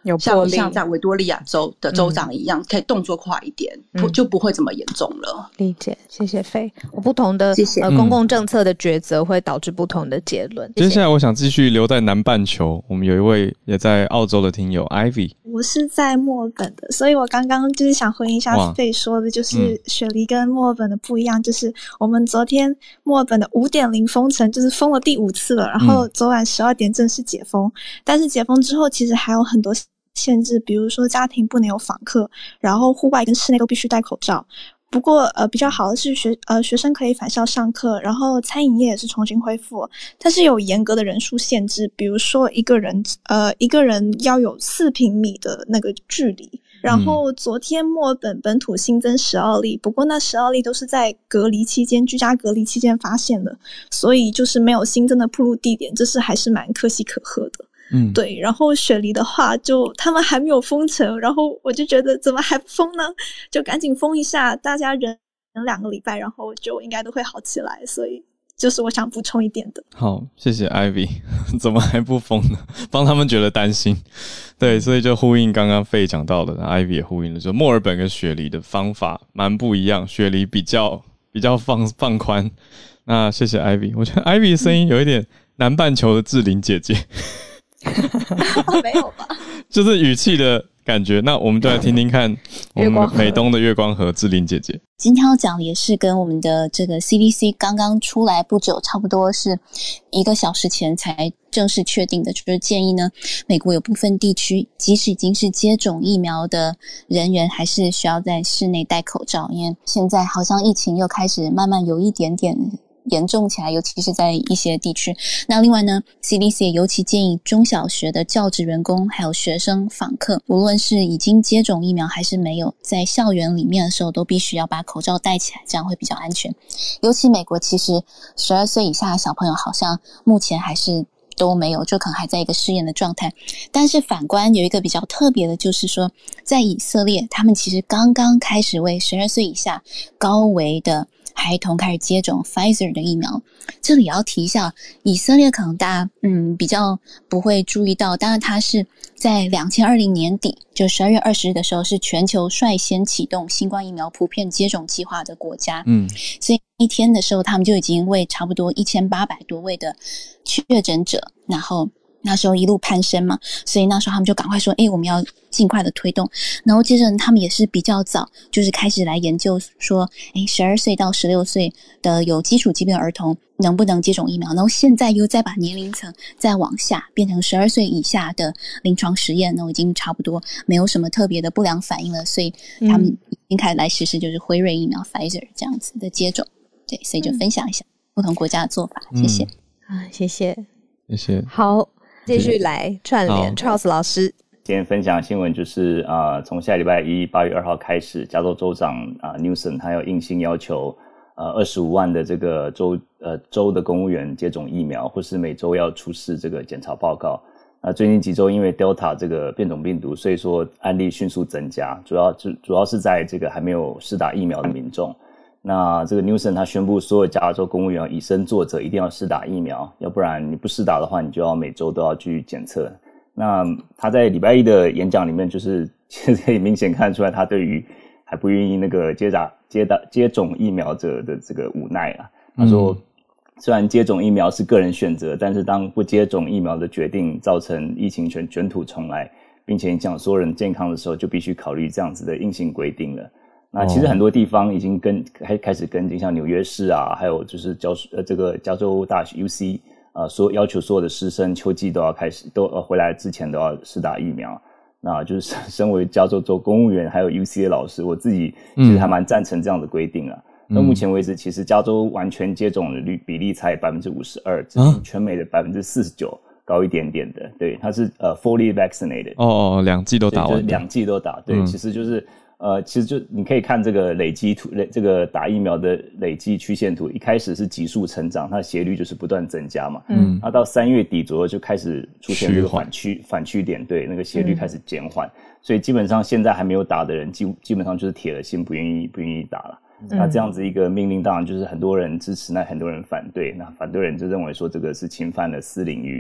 有魄力， 像在维多利亚州的州长一样，可以动作快一点，就不会这么严重了。 理解，谢谢Faye。不同的公共政策的抉择会导致不同的结论。 接下来我想继续留在南半球，我们有一位也在澳洲的听友 Ivy。 我是在墨尔本的，所以我刚刚就是想回应一下Faye说的，就是雪梨跟墨尔本的不一样，就是我们昨天墨尔本的5.0封城就是封了第5次了，然后昨晚12点正式解封，但是解封之后其实还有很多限制，比如说家庭不能有访客，然后户外跟室内都必须戴口罩。不过比较好的是学生可以返校上课，然后餐饮业也是重新恢复，但是有严格的人数限制，比如说一个人要有4平米的那个距离。然后昨天墨尔本本土新增12例，不过那12例都是在居家隔离期间发现的，所以就是没有新增的暴露地点，这是还是蛮可喜可贺的。对，然后雪梨的话就他们还没有封城，然后我就觉得怎么还不封呢，就赶紧封一下，大家忍2个礼拜，然后就应该都会好起来，所以就是我想补充一点的。 好，谢谢 Ivy。 怎么还不封呢？帮他们觉得担心。对，所以就呼应刚刚Faye讲到的， Ivy 也呼应了，就墨尔本跟雪梨的方法蛮不一样，雪梨比较放宽。那谢谢 Ivy。 我觉得 Ivy 的声音有一点南半球的志玲姐姐没有吧， 就是语气的感觉。那我们就来听听看我们美东的月光河志玲姐姐。 今天要讲的也是跟我们的这个 CDC 刚刚出来不久，差不多是1个小时前才正式确定的，就是建议呢，美国有部分地区即使已经是接种疫苗的人员，还是需要在室内戴口罩，因为现在好像疫情又开始慢慢有一点点严重起来，尤其是在一些地区。那另外呢 CDC 也尤其建议中小学的教职员工还有学生访客，无论是已经接种疫苗还是没有，在校园里面的时候都必须要把口罩戴起来，这样会比较安全。尤其美国其实12岁以下的小朋友好像目前还是都没有，就可能还在一个试验的状态。但是反观有一个比较特别的，就是说在以色列，他们其实刚刚开始为12岁以下高危的孩童开始接种 Pfizer 的疫苗。这里也要提一下，以色列可能大家比较不会注意到，当然它是在2020年底，就12月20日的时候，是全球率先启动新冠疫苗普遍接种计划的国家。所以一天的时候，他们就已经为差不多1800多位的确诊者，然后那时候一路攀升嘛，所以那时候他们就赶快说我们要尽快的推动。然后接着他们也是比较早就是开始来研究说12岁到16岁的有基础疾病的儿童能不能接种疫苗，然后现在又再把年龄层再往下变成12岁以下的临床实验，那已经差不多没有什么特别的不良反应了，所以他们已经开始来实施就是辉瑞疫苗 Pfizer 这样子的接种。对，所以就分享一下不同国家的做法。谢谢谢谢谢谢。 好，继续来串联 Charles 老师。 今天分享的新闻就是从下礼拜一8月2号开始，加州州长Newsom 他要硬性要求25万的这个州的公务员接种疫苗，或是每周要出示这个检查报告。最近几周因为 Delta 这个变种病毒，所以说案例迅速增加，主要是在这个还没有施打疫苗的民众。那这个 Newsom 他宣布所有加州公务员以身作则，一定要施打疫苗，要不然你不施打的话，你就要每周都要去检测。那他在礼拜一的演讲里面，就是其实可以明显看出来，他对于还不愿意那个接种疫苗者的这个无奈啊。他说，虽然接种疫苗是个人选择，但是当不接种疫苗的决定造成疫情卷土重来，并且影响所有人健康的时候，就必须考虑这样子的硬性规定了。那其实很多地方已经开始跟进，像纽约市啊，还有就是这个加州大学 UC 要求所有的师生秋季都要回来之前都要施打疫苗。那就是身为加州州公务员还有 UC 的老师，我自己其实还蛮赞成这样的规定啊。到目前为止，其实加州完全接种的比例才 52%， 只比全美的 49% 高一点点的。对，它是fully vaccinated。 2剂都打完， 就是2剂都打。对，其实就是其实就你可以看这个累积图，这个打疫苗的累积曲线图，一开始是急速成长，它的斜率就是不断增加嘛。那到3月底左右就开始出现这个反趋点，对，那个斜率开始减缓。所以基本上现在还没有打的人，基本上就是铁了心不愿意打了。那这样子一个命令，当然就是很多人支持，那很多人反对。那反对人就认为说这个是侵犯了私领域。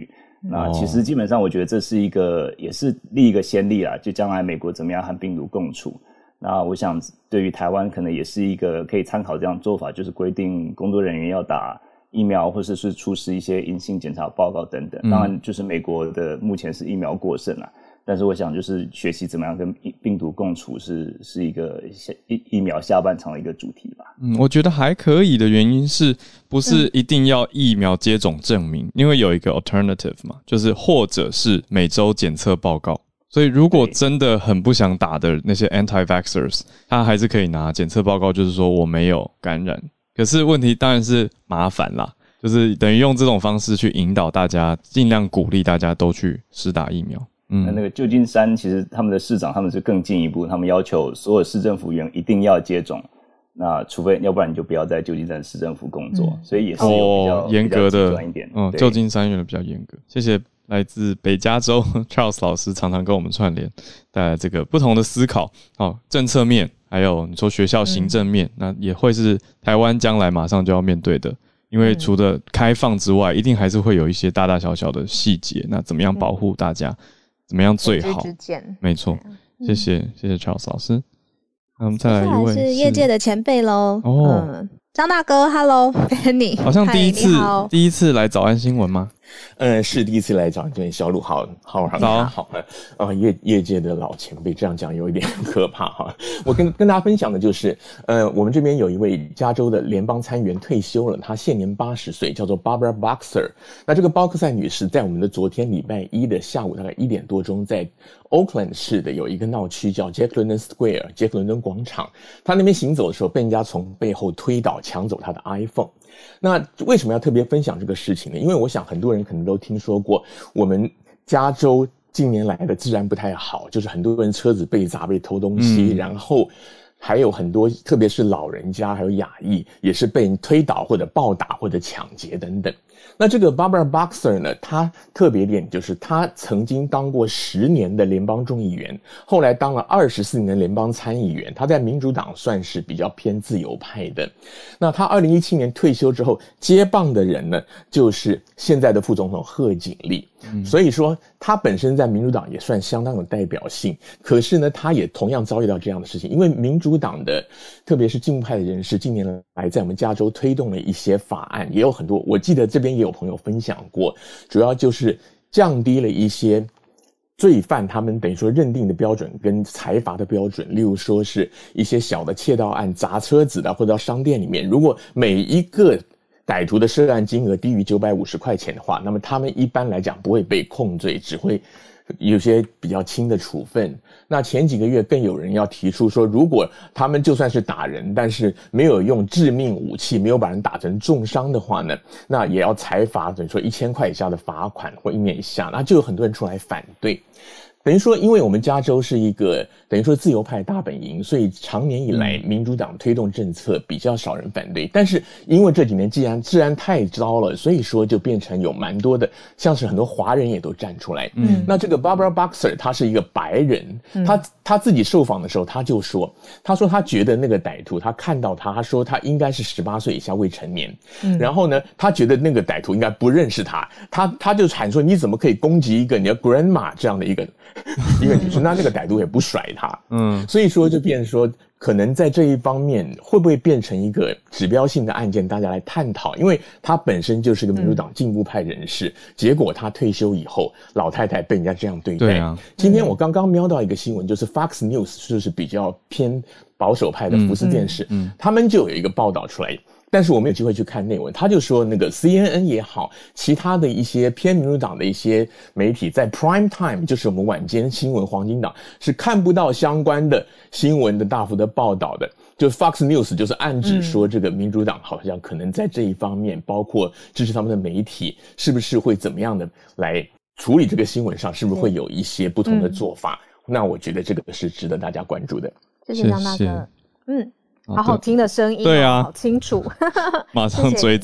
那其实基本上我觉得这是也是立一个先例啦，就将来美国怎么样和病毒共处。那我想对于台湾可能也是一个可以参考这样做法，就是规定工作人员要打疫苗，或者是出示一些阴性检查报告等等。当然就是美国的目前是疫苗过剩啦，但是我想就是学习怎么样跟病毒共处是一个疫苗下半场的一个主题吧。 我觉得还可以的原因是不是一定要疫苗接种证明，因为有一个 alternative 嘛，就是或者是每周检测报告。所以如果真的很不想打的那些 anti-vaxxers， 他还是可以拿检测报告，就是说我没有感染。可是问题当然是麻烦啦，就是等于用这种方式去引导大家，尽量鼓励大家都去施打疫苗。 那个旧金山其实他们的市长他们是更进一步，他们要求所有市政府员一定要接种，那除非要不然你就不要在旧金山市政府工作，所以也是有比较严格的， 比较极端一点。 旧金山用的比较严格。谢谢来自北加州 Charles 老师常常跟我们串联，带来这个不同的思考。政策面，还有你说学校行政面，那也会是台湾将来马上就要面对的。因为除了开放之外，一定还是会有一些大大小小的细节，那怎么样保护大家，怎么样最好？没错，谢谢 Charles 老师。那我们再来一位是业界的前辈咯。张大哥 ，Hello Benny， 好像第一次来早安新闻吗？ 是第一次来找对小鲁好，大家好。业界的老前辈这样讲有一点可怕哈。我跟大家分享的就是，我们这边有一位加州的联邦参议员退休了，她现年80岁，叫做 Barbara Boxer。那这个包克塞女士在我们的昨天礼拜一的下午大概1点多钟，在 Oakland 市的有一个闹区叫 Jack London Square 杰克伦敦广场，她那边行走的时候被人家从背后推倒，抢走她的 iPhone。那为什么要特别分享这个事情呢？因为我想很多人可能都听说过，我们加州近年来的治安不太好，就是很多人车子被砸、被偷东西，然后还有很多，特别是老人家还有亚裔，也是被人推倒或者暴打或者抢劫等等。那这个 Barbara Boxer 呢，她特别点就是她曾经当过10年的联邦众议员，后来当了24年的联邦参议员，她在民主党算是比较偏自由派的。那她2017年退休之后，接棒的人呢，就是现在的副总统贺锦丽。所以说他本身在民主党也算相当有代表性，可是呢他也同样遭遇到这样的事情，因为民主党的特别是进步派的人士近年来在我们加州推动了一些法案，也有很多，我记得这边也有朋友分享过，主要就是降低了一些罪犯他们等于说认定的标准跟裁罚的标准，例如说是一些小的窃盗案，砸车子的或者到商店里面，如果每一个歹徒的涉案金额低于950块钱的话，那么他们一般来讲不会被控罪，只会有些比较轻的处分。那前几个月更有人要提出说，如果他们就算是打人，但是没有用致命武器，没有把人打成重伤的话呢，那也要裁罚，等于说1000块以下的罚款或1年以下，那就有很多人出来反对。等于说因为我们加州是一个等于说自由派大本营，所以长年以来民主党推动政策比较少人反对，但是因为这几年既然治安太糟了，所以说就变成有蛮多的像是很多华人也都站出来。那这个 Barbara Boxer 她是一个白人，她自己受访的时候她说她觉得那个歹徒，她看到他说他应该是18岁以下未成年，然后呢她觉得那个歹徒应该不认识他就喊说你怎么可以攻击一个你的 grandma 这样的一个女生，那个歹徒也不甩他。所以说就变成说可能在这一方面会不会变成一个指标性的案件，大家来探讨，因为他本身就是个民主党进步派人士，结果他退休以后老太太被人家这样对待。对啊，今天我刚刚瞄到一个新闻，就是 Fox News 就是比较偏保守派的福斯电视，他们就有一个报道出来，但是我没有机会去看内文，他就说那个 CNN 也好，其他的一些偏民主党的一些媒体在 prime time， 就是我们晚间新闻黄金档是看不到相关的新闻的大幅的报道的，就 Fox News 就是暗指说这个民主党好像可能在这一方面，包括支持他们的媒体是不是会怎么样的来处理这个新闻上，是不是会有一些不同的做法，那我觉得这个是值得大家关注的。 谢谢张大哥。好好听的声音，对啊，好清楚。 马上追踪。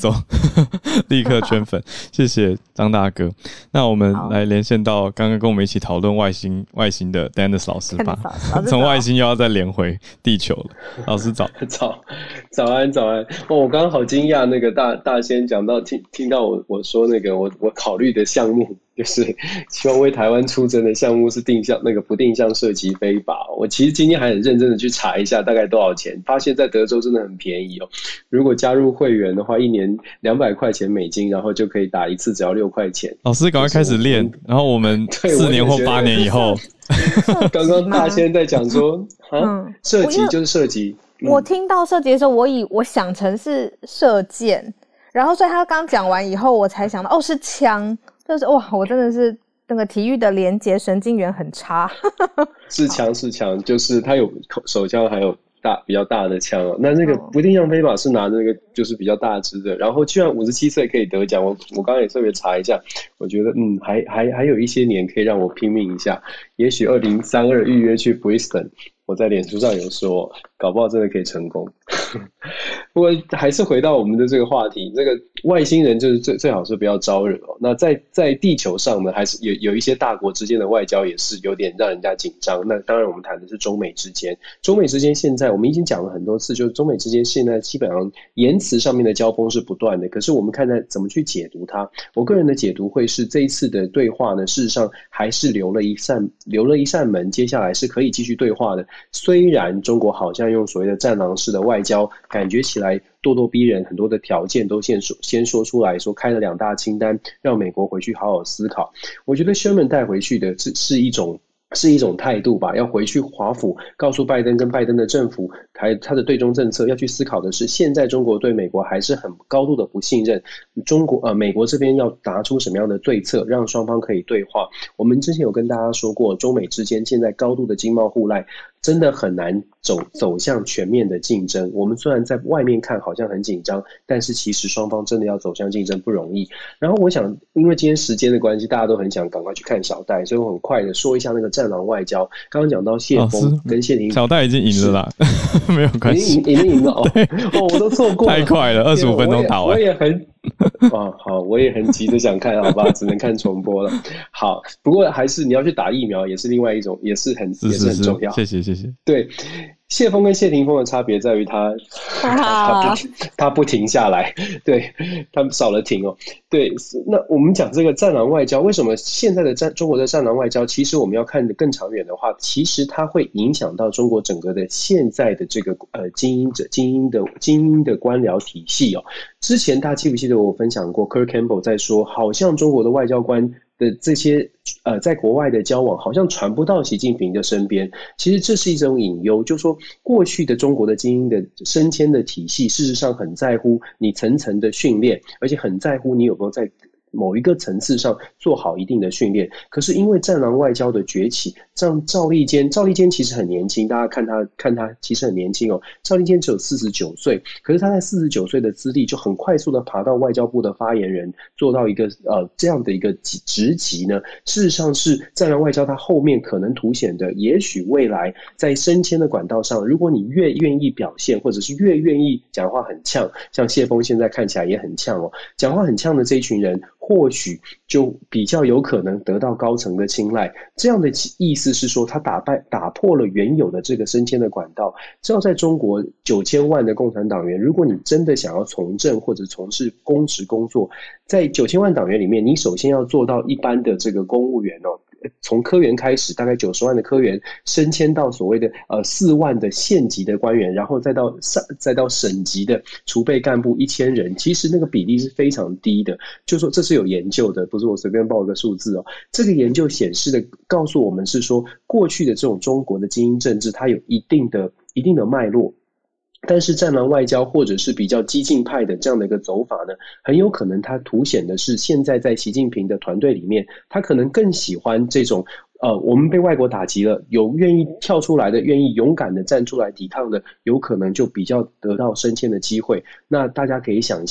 立刻圈粉，谢谢张大哥。那我们来连线到刚刚跟我们一起讨论外星的 Dennis 老师吧。从外星又要再连回地球了。老师早安。我刚刚好惊讶，那个大仙讲到听到我说那个我考虑的项目，就是希望为台湾出征的项目是不定向射击飞靶。我其实今天还很认真的去查一下大概多少钱，发现在德州真的很便宜哦。如果加入会员的话，一年200块钱美金，然后就可以打一次，只要6块钱。 老师赶快开始练，然后我们4年或8年以后。 刚刚大仙在讲说射击就是射击。 我听到射击的时候，我想成是射箭，然后所以他刚讲完以后，我才想到是枪，就是哇，我真的是那个体育的连结神经元很差。 是枪，就是他有手枪，还有比较大的枪哦。那个不定向飞靶是拿那个就是比较大只的，然后居然57岁可以得奖，我刚刚也特别查一下，我觉得还有一些年可以让我拼命一下，也许2032预约去 Brisbane。我在脸书上有说，搞不好真的可以成功。不过还是回到我们的这个话题，这个外星人就是最好是不要招惹哦。那在地球上呢，还是有一些大国之间的外交也是有点让人家紧张。那当然我们谈的是中美之间现在我们已经讲了很多次，就是中美之间现在基本上言辞上面的交锋是不断的，可是我们看看怎么去解读它。我个人的解读会是这一次的对话呢，事实上还是留了一扇门，接下来是可以继续对话的。虽然中国好像用所谓的战狼式的外交，感觉起来咄咄逼人，很多的条件都先说出来，说开了2大清单，让美国回去好好思考。我觉得 Sherman 带回去的是一种态度吧，要回去华府告诉拜登跟拜登的政府，还有他的对中政策要去思考的是，现在中国对美国还是很高度的不信任，美国这边要拿出什么样的对策，让双方可以对话。我们之前有跟大家说过，中美之间现在高度的经贸互赖，真的很难走向全面的竞争。我们虽然在外面看好像很紧张，但是其实双方真的要走向竞争不容易。然后我想，因为今天时间的关系，大家都很想赶快去看小戴，所以我很快的说一下那个战狼外交。刚刚讲到谢峰跟谢霆， 小戴已经赢了啦，没有关系， 已经赢了哦，我都错过了， 太快了，25分钟打完。 我也很好，我也很急着想看，好吧，只能看重播了。好，不过还是你要去打疫苗，也是另外一种，也是很重要。 谢谢。 对，谢峰跟谢霆锋的差别在于他不停下来，对，他少了停哦。对，那我们讲这个战狼外交，为什么现在的中国的战狼外交，其实我们要看得更长远的话，其实它会影响到中国整个的现在的这个精英的官僚体系哦。之前大家记不记得我分享过 Kurt Campbell 在说，好像中国的外交官的这些在国外的交往好像传不到习近平的身边，其实这是一种隐忧，就是说过去的中国的精英的升迁的体系，事实上很在乎你层层的训练，而且很在乎你有没有在某一个层次上做好一定的训练。可是因为战狼外交的崛起，像赵立坚其实很年轻，大家看他其实很年轻哦。赵立坚只有49岁，可是他在49岁的资历就很快速的爬到外交部的发言人，做到一个这样的一个职级呢。事实上是战狼外交它后面可能凸显的，也许未来在升迁的管道上，如果你越愿意表现，或者是越愿意讲话很呛，像谢峰现在看起来也很呛哦，讲话很呛的这一群人，或许就比较有可能得到高层的青睐。这样的意思是说，他打破了原有的这个升迁的管道。知道在中国9000万的共产党员，如果你真的想要从政或者从事公职工作，在9000万党员里面，你首先要做到一般的这个公务员哦。从科员开始，大概90万的科员升迁到所谓的4万的县级的官员，然后再到省级的储备干部1000人，其实那个比例是非常低的。就说这是有研究的，不是我随便报一个数字哦。这个研究显示的告诉我们是说，过去的这种中国的精英政治，它有一定的脉络。但是战狼外交或者是比较激进派的这样的一个走法呢，很有可能它凸显的是现在在习近平的团队里面，他可能更喜欢这种我们被外国打击了，有愿意跳出来的，愿意勇敢的站出来抵抗的，有可能就比较得到升迁的机会。那大家可以想象哦，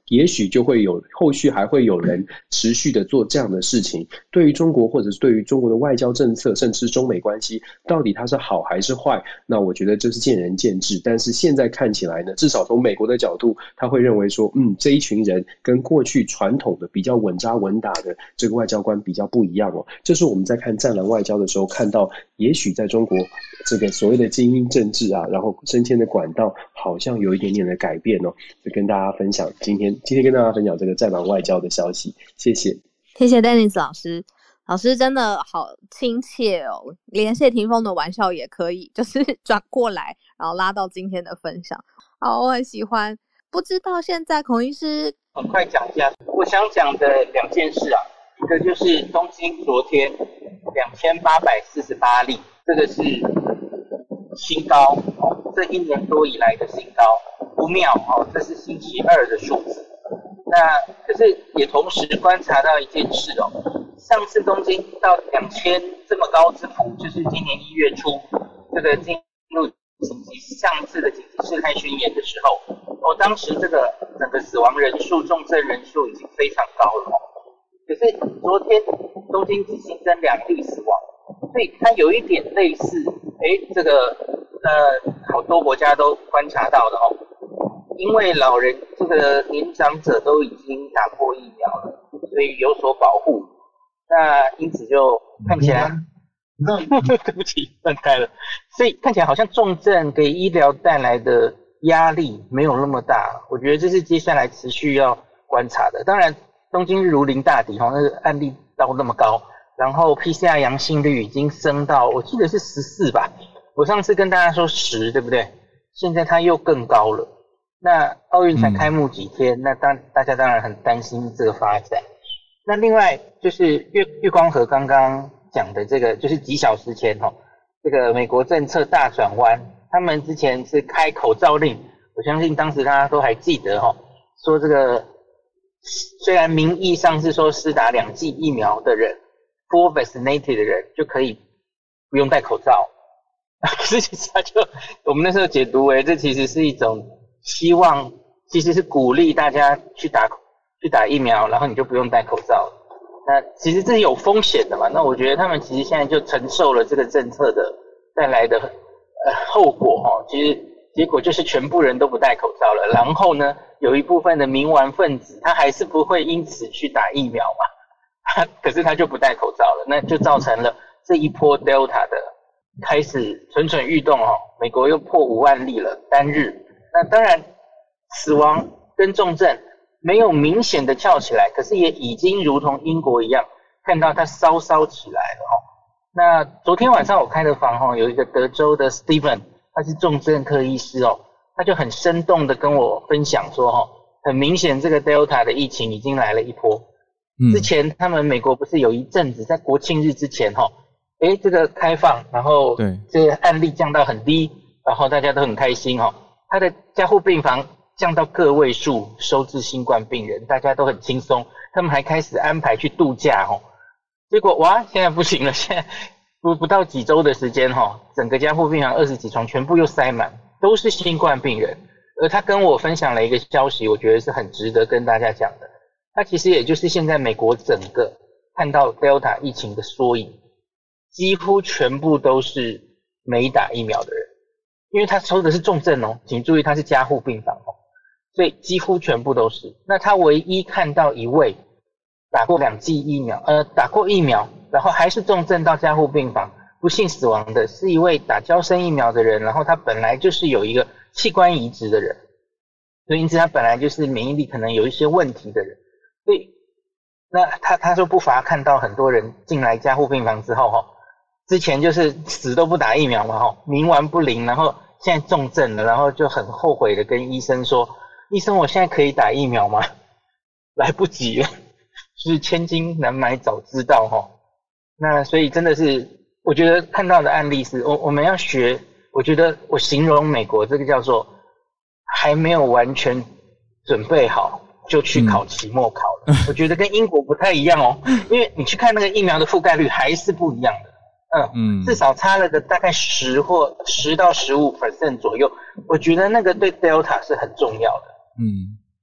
也许就会有后续还会有人持续的做这样的事情。对于中国或者是对于中国的外交政策，甚至中美关系，到底它是好还是坏，那我觉得这是见仁见智。但是现在看起来呢，至少从美国的角度，他会认为说，这一群人跟过去传统的比较稳扎稳打的这个外交官比较不一样哦。这是我们在看战狼外交的时候看到，也许在中国这个所谓的精英政治啊，然后升迁的管道好像有一点点的改变哦。就跟大家分享今天跟大家分享这个战狼外交的消息，谢谢。 谢谢 Dennis 老师，老师真的好亲切哦，连谢霆锋的玩笑也可以，就是转过来，然后拉到今天的分享。好，我很喜欢。不知道现在孔医师很快讲一下，我想讲的2件事啊，一个就是东京昨天2848例，这个是新高哦，这1年多以来的新高，不妙哦，这是星期2的数字。那可是也同时观察到一件事哦，上次东京到2000这么高之幅，就是今年1月初这个进入上次的紧急事态宣言的时候，当时这个整个死亡人数、重症人数已经非常高了哦。可是昨天东京只新增2例死亡，所以它有一点类似，这个好多国家都观察到的哦。因为老人这个年长者都已经打过疫苗了，所以有所保护，那因此就看起来，对不起，断开了，所以看起来好像重症给医疗带来的压力没有那么大，我觉得这是接下来持续要观察的。当然，东京如临大敌，那个案例到那么高，然后 PCR 阳性率已经升到，我记得是14吧，我上次跟大家说10，对不对？现在它又更高了。那奥运才开幕几天，那大家当然很担心这个发展。那另外就是月光河刚刚讲的这个，就是几小时前这个美国政策大转弯，他们之前是开口罩令，我相信当时大家都还记得说这个虽然名义上是说施打2剂疫苗的人 ，full vaccinated 的人就可以不用戴口罩，可是其实我们那时候解读为这其实是一种希望，其实是鼓励大家去打疫苗，然后你就不用戴口罩了。那其实这是有风险的嘛，那我觉得他们其实现在就承受了这个政策的带来的后果其实结果就是全部人都不戴口罩了，然后呢有一部分的民顽分子他还是不会因此去打疫苗嘛，可是他就不戴口罩了，那就造成了这一波 Delta 的开始蠢蠢欲动美国又破5万例了单日。那当然死亡跟重症没有明显的翘起来，可是也已经如同英国一样看到它稍稍起来了那昨天晚上我开的房有一个德州的 Steven， 他是重症科医师他就很生动的跟我分享说很明显这个 Delta 的疫情已经来了一波。之前他们美国不是有一阵子在国庆日之前这个开放，然后这个案例降到很低，然后大家都很开心他的加护病房降到个位数收治新冠病人，大家都很轻松，他们还开始安排去度假结果哇，现在不行了，现在不到几周的时间整个加护病房20几床全部又塞满，都是新冠病人。而他跟我分享了一个消息，我觉得是很值得跟大家讲的。他其实也就是现在美国整个看到 Delta 疫情的缩影，几乎全部都是没打疫苗的人。因为他抽的是重症请注意他是加护病房所以几乎全部都是。那他唯一看到一位打过2剂疫苗，打过疫苗，然后还是重症到加护病房，不幸死亡的是一位打胶生疫苗的人，然后他本来就是有一个器官移植的人，所以因此他本来就是免疫力可能有一些问题的人。所以那他说不乏看到很多人进来加护病房之后之前就是死都不打疫苗嘛冥顽不灵，然后现在重症了，然后就很后悔的跟医生说，医生我现在可以打疫苗吗？来不及了，就是千金难买早知道那所以真的是我觉得看到的案例是我们要学，我觉得我形容美国这个叫做还没有完全准备好就去考期末考了我觉得跟英国不太一样因为你去看那个疫苗的覆盖率还是不一样的至少差了个大概10到15% 左右，我觉得那个对 Delta 是很重要的。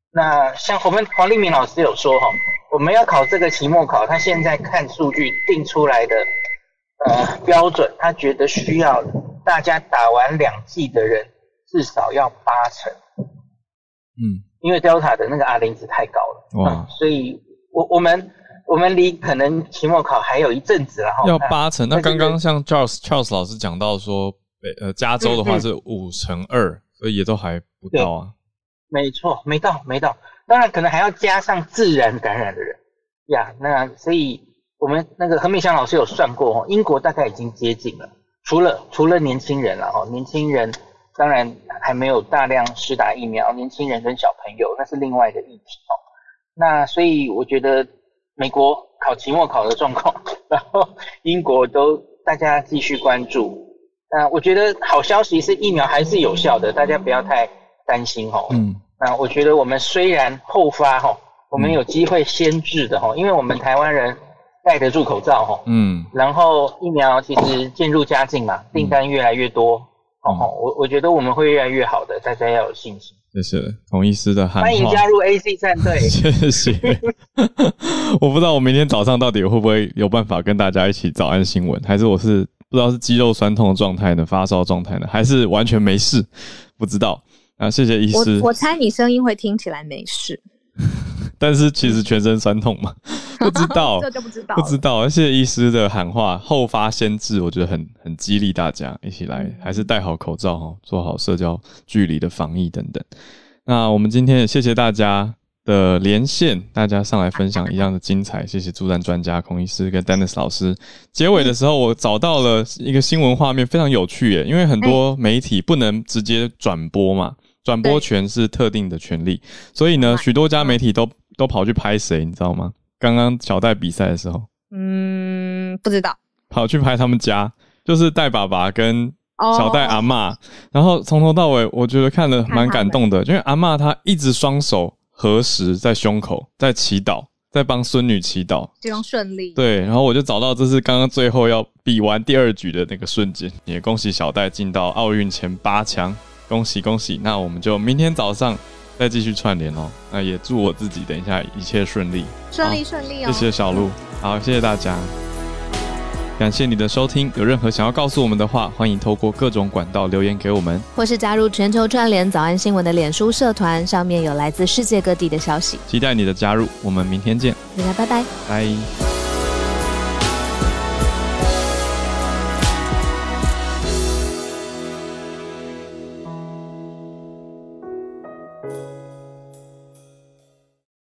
那像我们黄立明老师有说我们要考这个期末考，他现在看数据定出来的标准，他觉得需要大家打完2剂的人至少要80%。因为 Delta 的那个 R0 值太高了，哇！所以我们离可能期末考还有一阵子了哈。 要80%，那刚刚像 Charles 老师讲到说，加州的话是5×2，所以也都还不到啊。 没错，没到。当然可能还要加上自然感染的人呀。那所以我们那个何美香老师有算过英国大概已经接近了，除了年轻人了年轻人当然还没有大量施打疫苗，年轻人跟小朋友那是另外的议题那所以我觉得美国考期末考的状况，然后英国都大家继续关注。那我觉得好消息是疫苗还是有效的，大家不要太担心那我觉得我们虽然后发我们有机会先治的因为我们台湾人戴得住口罩然后疫苗其实渐入佳境嘛，订单越来越多我觉得我们会越来越好的，大家要有信心。 谢谢孔医师的喊话， 欢迎加入 AC 战队。 谢谢。我不知道我明天早上到底会不会有办法跟大家一起早安新闻，还是我是不知道是肌肉酸痛的状态呢，发烧状态呢，还是完全没事，不知道。谢谢医师。 我猜你声音会听起来没事， 但是其实全身酸痛嘛，不知道， 这就不知道。谢谢医师的喊话，后发先至，我觉得很激励大家一起来，还是戴好口罩做好社交距离的防疫等等。那我们今天也谢谢大家的连线，大家上来分享一样的精彩，谢谢助战专家孔医师跟 Dennis 老师。结尾的时候我找到了一个新闻画面，非常有趣耶，因为很多媒体不能直接转播嘛，转播权是特定的权利，所以呢许多家媒体都跑去拍谁你知道吗？刚刚小戴比赛的时候不知道， 跑去拍他们家，就是戴爸爸跟小戴阿嬷然后从头到尾我觉得看了蛮感动的，因为阿嬷她一直双手合十在胸口，在祈祷，在帮孙女祈祷， 希望顺利。 对，然后我就找到这是刚刚最后要比完第2局的那个瞬间，也恭喜小戴进到奥运前8强，恭喜恭喜！那我们就明天早上再继续串联那也祝我自己等一下一切顺利， 顺利谢谢小鹿，好，谢谢大家，感谢你的收听。有任何想要告诉我们的话，欢迎透过各种管道留言给我们， 或是加入全球串联早安新闻的脸书社团，上面有来自世界各地的消息。 期待你的加入，我们明天见， 大家拜拜， 拜。